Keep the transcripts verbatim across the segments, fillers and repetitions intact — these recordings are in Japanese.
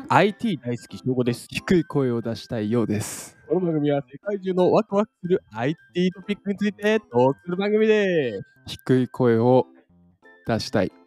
アイティー 大好き翔吾です。 低い声を出したいようです。 この番組は世界中のワクワクする アイティー トピックについてトークする番組です。 低い声を出したい。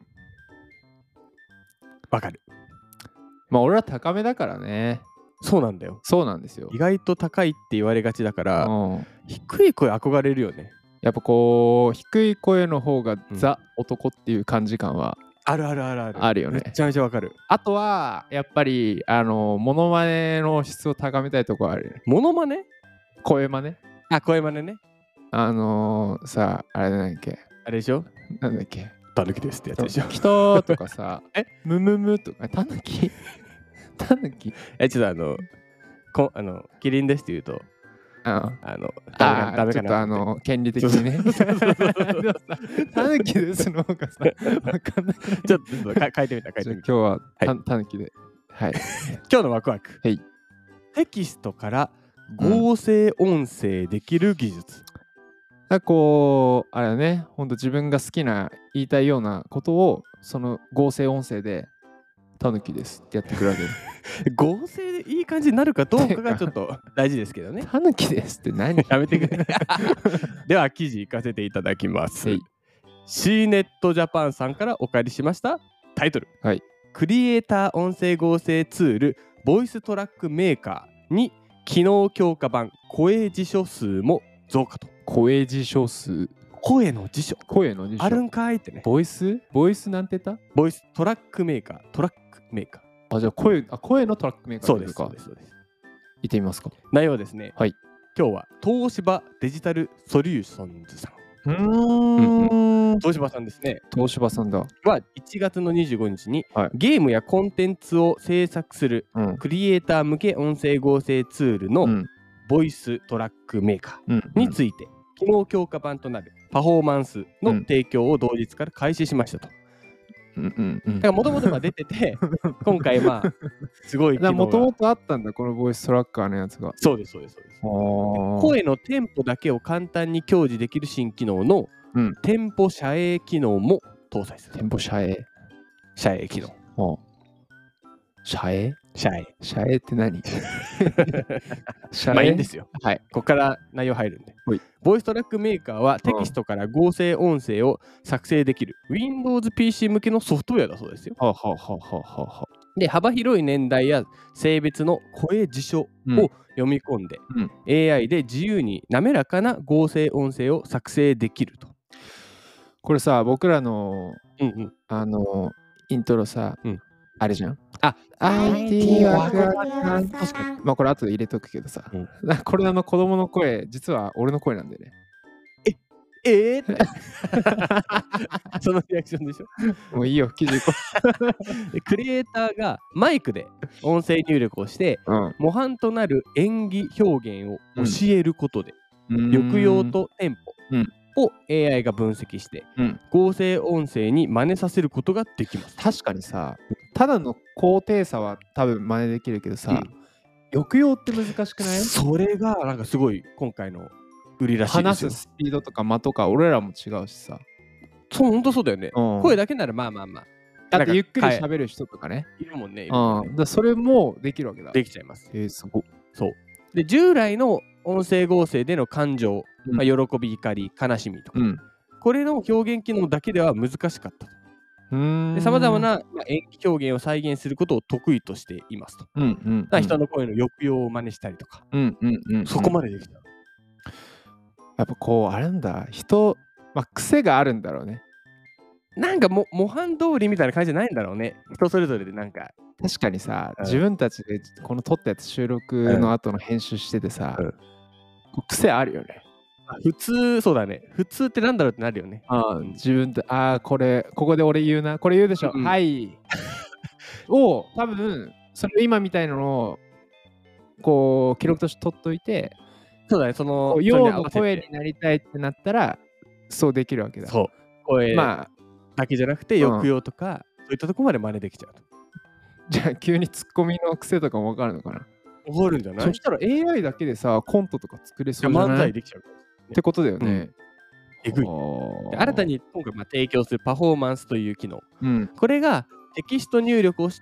わかる。 まあ俺は高めだからね。 そうなんだよ。 そうなんですよ。 意外と高いって言われがちだから、 うん、 低い声憧れるよね。 やっぱこう低い声の方がザ男っていう感じ感はあるあるあるある。 あるよね。 めちゃめちゃわかる。 あとはやっぱりあのモノマネの質を高めたいところあるよね。 モノマネ？ 声マネ？ あ、声マネね。 あのー、さあれなんだっけ？ あれでしょ？ なんだっけ？ たぬきですってやつでしょ。 きととかさ、 えむむむとかたぬきたぬきえ、ちょっとあのこあのキリンですって言うと。 ああのあダメかな。 ちょっとあの権利的にね。たぬきですの方がさ、わかんない。 ちょっとか書いてみた、書いてみた。 今日はた、 はい、 たぬきで。はい。 今日のワクワク。 はい。 テキストから合成音声できる技術。 うん、こう、あれだね、ほんと自分が好きな言いたいようなことを、その合成音声で、たぬきですってやってくるわけです。 合成でいい感じになるかどうかがちょっと大事ですけどね。 たぬきですって何？ やめてくれ。では記事行かせていただきます。シーネットジャパンさんからお借りしましたタイトル。 はい。 クリエイター音声合成ツールボイストラックメーカーに機能強化版声辞書数も増加と。 声辞書数。 声の辞書。 声の辞書。 あるんかいってね。 ボイスボイスなんて言った？ ボイストラックメーカー。トラックメーカー。 あ、じゃあ声、あ、声のトラックメーカーそうです。そうです。そうです。 見てみますか。 内容はですね。 はい。 今日は東芝デジタルソリューションズさん。 うーん。 東芝さんですね。 東芝さんだ。 はいちがつのにじゅうごにちに、 はい、 ゲームやコンテンツを制作する、うん、クリエイター向け音声合成ツールのボイストラックメーカーについて、機能強化版となるパフォーマンスの提供を同日から開始しましたと。うんうんうん、だからもともと出てて今回まあすごい機能がもともとあったんだこのボイストラッカーのやつが。 そうですそうですそうです。声のテンポだけを簡単に享受できる新機能の、うん、テンポ遮影機能も搭載する。 テンポ遮影遮影機能。 遮影遮影遮影って何？ まあいいんですよ。はい。ここから内容入るんで。ボイストラックメーカーはテキストから合成音声を作成できる Windows ピーシー 向けのソフトウェアだそうですよ。 はあはあはあはあはあ。 で、幅広い年代や性別の声辞書を読み込んで、うん、エーアイ で自由に滑らかな合成音声を作成できると。 これさ、僕らの、 うんうん、 あのイントロさ、うん、あれじゃん。 あ、 アイティー ワクワク感。確かに。まあこれ後で入れとくけどさ。うん、これあの子供の声、実は俺の声なんだよね。 ええー、ってそのリアクションでしょ。 もういいよ、記事行こう。クリエイターがマイクで音声入力をして、うん、模範となる演技表現を教えることで、うん、抑揚とテンポを エーアイ が分析して、うん、合成音声に真似させることができます。 確かにさ、ただの高低差は多分真似できるけどさ、うん、抑揚って難しくない？ それがなんかすごい今回の売りらしいですよ。 話すスピードとか間とか俺らも違うしさ。 そう、ほんとそうだよね。うん、声だけならまあまあまあ。 だってゆっくり喋る人とかね。 いるもんね。いるもんね。 うん、だそれもできるわけだ。 できちゃいます。 えー、すご。 そう。で、従来の音声合成での感情、うん、まあ、喜び、怒り、悲しみとか、うん、これの表現機能だけでは難しかったと。さまざまな、まあ、演技表現を再現することを得意としていますと。うんうんうん、人の声の抑揚を真似したりとか、うんうんうんうん、そこまでできた。 やっぱこうあれなんだ、人、まあ、癖があるんだろうね。 なんかも模範通りみたいな感じじゃないんだろうね。人それぞれでなんか。 確かにさ、うん、自分たちでこの撮ったやつ収録の後の編集しててさ、うん、癖あるよね。 普通、そうだね。普通ってなんだろうってなるよね。 あ自分で、ああ、これ、ここで俺言うな、これ言うでしょ。うん、はい。を、多分、それ今みたいなのを、こう、記録として取っといて、 そうだね、その、 ようの声になりたいってなったら、そうできるわけだ。 そう。声だけじゃなくて、抑揚とか、うん、そういったところまで真似できちゃうと。 じゃあ、急にツッコミの癖とかも分かるのかな？ 分かるんじゃない？ そしたら エーアイ だけでさ、コントとか作れそうじゃない？ 漫才できちゃう、ね。 ってことだよね。 えぐい。新たに今回まあ提供するパフォーマンスという機能。うん、これがテキスト入力をして、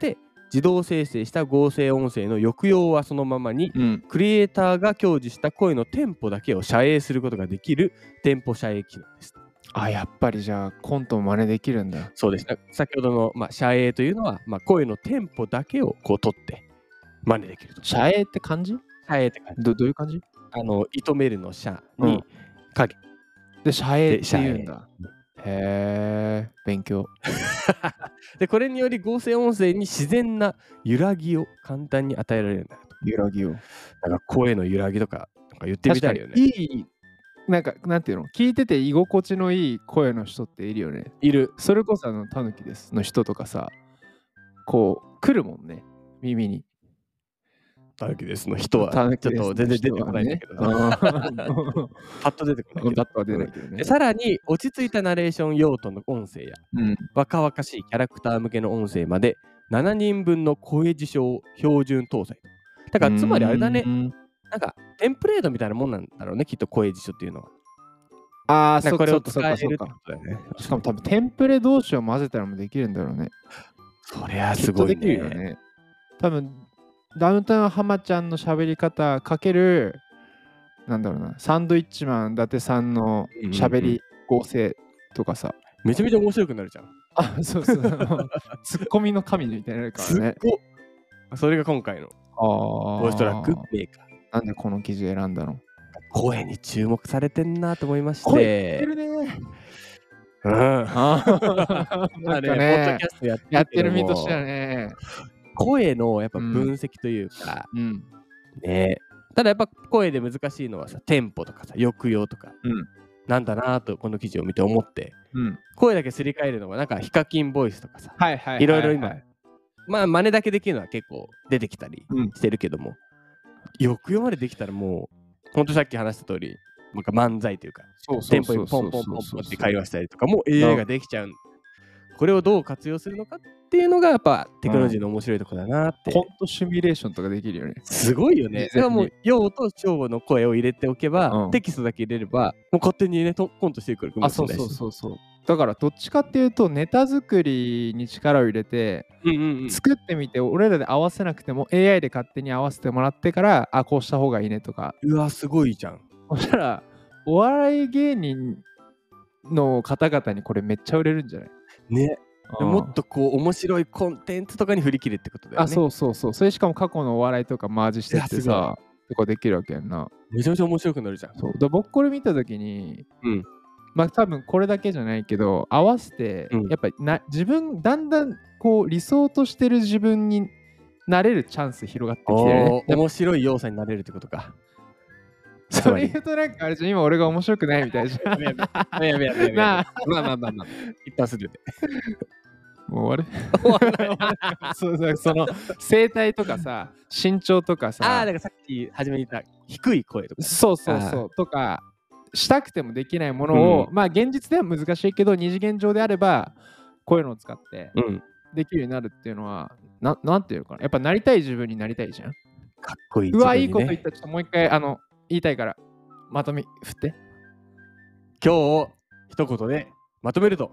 自動生成した合成音声の抑揚はそのままに、うん、クリエイターが享受した声のテンポだけを遮影することができるテンポ遮影機能です。 あ、やっぱりじゃあコントも真似できるんだ。 そうです。先ほどの、まあ、遮影というのは、まあ、声のテンポだけをこう取って真似できると。 遮影って漢字？ 遮影って感じ。 ど, どういう感じ？ あの、射止めるの遮に影、 うん。で、遮影って言うんだ。へー、勉強。 で、これにより合成音声に自然な揺らぎを簡単に与えられるんだと。 揺らぎを。 なんか声の揺らぎとか、なんか言ってみたいよね。 いい、なんか、なんていうの、聞いてて居心地のいい声の人っているよね。 いる。 それこそあの、たぬきですの人とかさ、こう、来るもんね、耳に。 たぬきですの人はちょっと全然出てこないんだけど、ね、パッと出てこないけど。 パッとは出ないけどね。 さらに落ち着いたナレーション用途の音声や、うん、若々しいキャラクター向けの音声までななにんぶんの声事象標準搭載。だからつまりあれだね、なんかテンプレートみたいなもんなんだろうね、きっと声事象っていうのは。 ああ、そっかそっかそっかそっか。しかも多分テンプレ同士を混ぜたらもできるんだろうね。 そりゃすごいね。 できるよね。多分ダウンタウン浜ちゃんの喋り方かけるなんだろうな、サンドイッチマン伊達さんの喋り合成とかさ、 めちゃめちゃ面白くなるじゃん。 あ、そうそう。ツッコミの神みたいになるからね。 それが今回のボイストラックメーカー。 なんでこの記事選んだの？ 声に注目されてんなと思いまして。 声言ってるね。 うん。なんかね、ポッドキャストやってるやってる身としてはね。 声のやっぱ分析というか、うん、ね、ただやっぱ声で難しいのはさ、テンポとかさ、抑揚とか、うん、なんだなとこの記事を見て思って、うん、声だけすり替えるのはなんかヒカキンボイスとかさ、はいはいはいはい、いろいろ今、まあ真似だけできるのは結構出てきたりしてるけども、うん、抑揚までできたらもうほんとさっき話した通り、なんか漫才というか、テンポにポンポンポンポンって会話したりとかもう エーアイ ができちゃう。これをどう活用するのかっていうのがやっぱテクノロジーの面白いところだなって、うん、 コントシミュレーションとかできるよね。 すごいよね。それはもう陽と翔の声を入れておけば、うん、テキストだけ入れればもう勝手にねコントしてくるかもしれないし。 あ、そうそうそうそう。だからどっちかっていうとネタ作りに力を入れて、うんうんうん、作ってみて俺らで合わせなくても エーアイ で勝手に合わせてもらってから、あ、こうした方がいいねとか。 うわ、すごいじゃん。 そしたらお笑い芸人の方々にこれめっちゃ売れるんじゃない？ ね。もっとこう面白いコンテンツとかに振り切るってことだよね。 あ、そうそうそう。それしかも過去のお笑いとかマージしてってさ、とかできるわけやんな。 めちゃめちゃ面白くなるじゃん。 そうだ、僕これ見たときに、うん、まあ多分これだけじゃないけど、合わせて、うん、やっぱりな自分、だんだんこう理想としてる自分になれるチャンス広がってきてるね。 面白い要素になれるってことか。 それ言うとなんかあれじゃん、今俺が面白くないみたいじゃん。 やべやべやべやべ。まあまあまあまあまあ。一旦するで。 もう終わるそうそう、その声帯とかさ、身長とかさ、 ああ、だからさっき初めに言った低い声とか、 そうそうそうとかしたくてもできないものを、うん、まあ現実では難しいけど二次元上であればこういうのを使ってできるようになるっていうのは、うん、な, なんていうのかな、やっぱなりたい自分になりたいじゃん。 かっこいい、 ね、うわ、いいこと言った。ちょっともう一回あの言いたいからまとめ振って。 今日を一言でまとめると、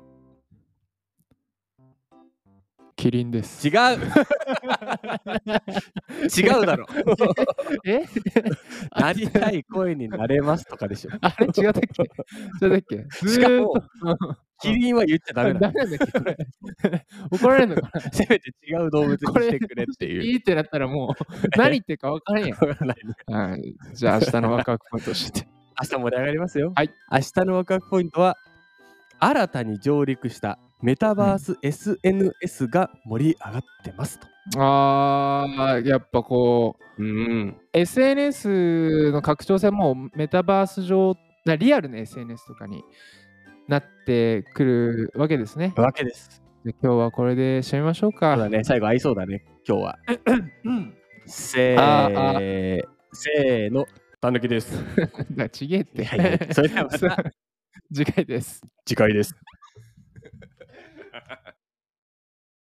キリンです。 違う違うだろえなりたい声になれますとかでしょ。 あれ違ったっけ違ったっけしかもキリンは言っちゃダメなの。ダメなんだっけこれ怒られるのかな。 せめて違う動物にしてくれっていう。 いいってなったらもう何言ってるか分からんやん。はい、じゃあ明日のワクワクポイントして。 明日盛り上がりますよ。 はい。 明日のワクワクポイントは、新たに上陸したメタバース エスエヌエス が盛り上がってますと。 うん、あー、やっぱこう、うん、エスエヌエス の拡張性もメタバース上、リアルな エスエヌエス とかになってくるわけですね。 わけです。 で今日はこれで締めましょうか。 そうだね、最後合いそうだね、今日は。せーせーの、たぬきです。 ちげえって。 いやいや、それではまた次回です。 次回です。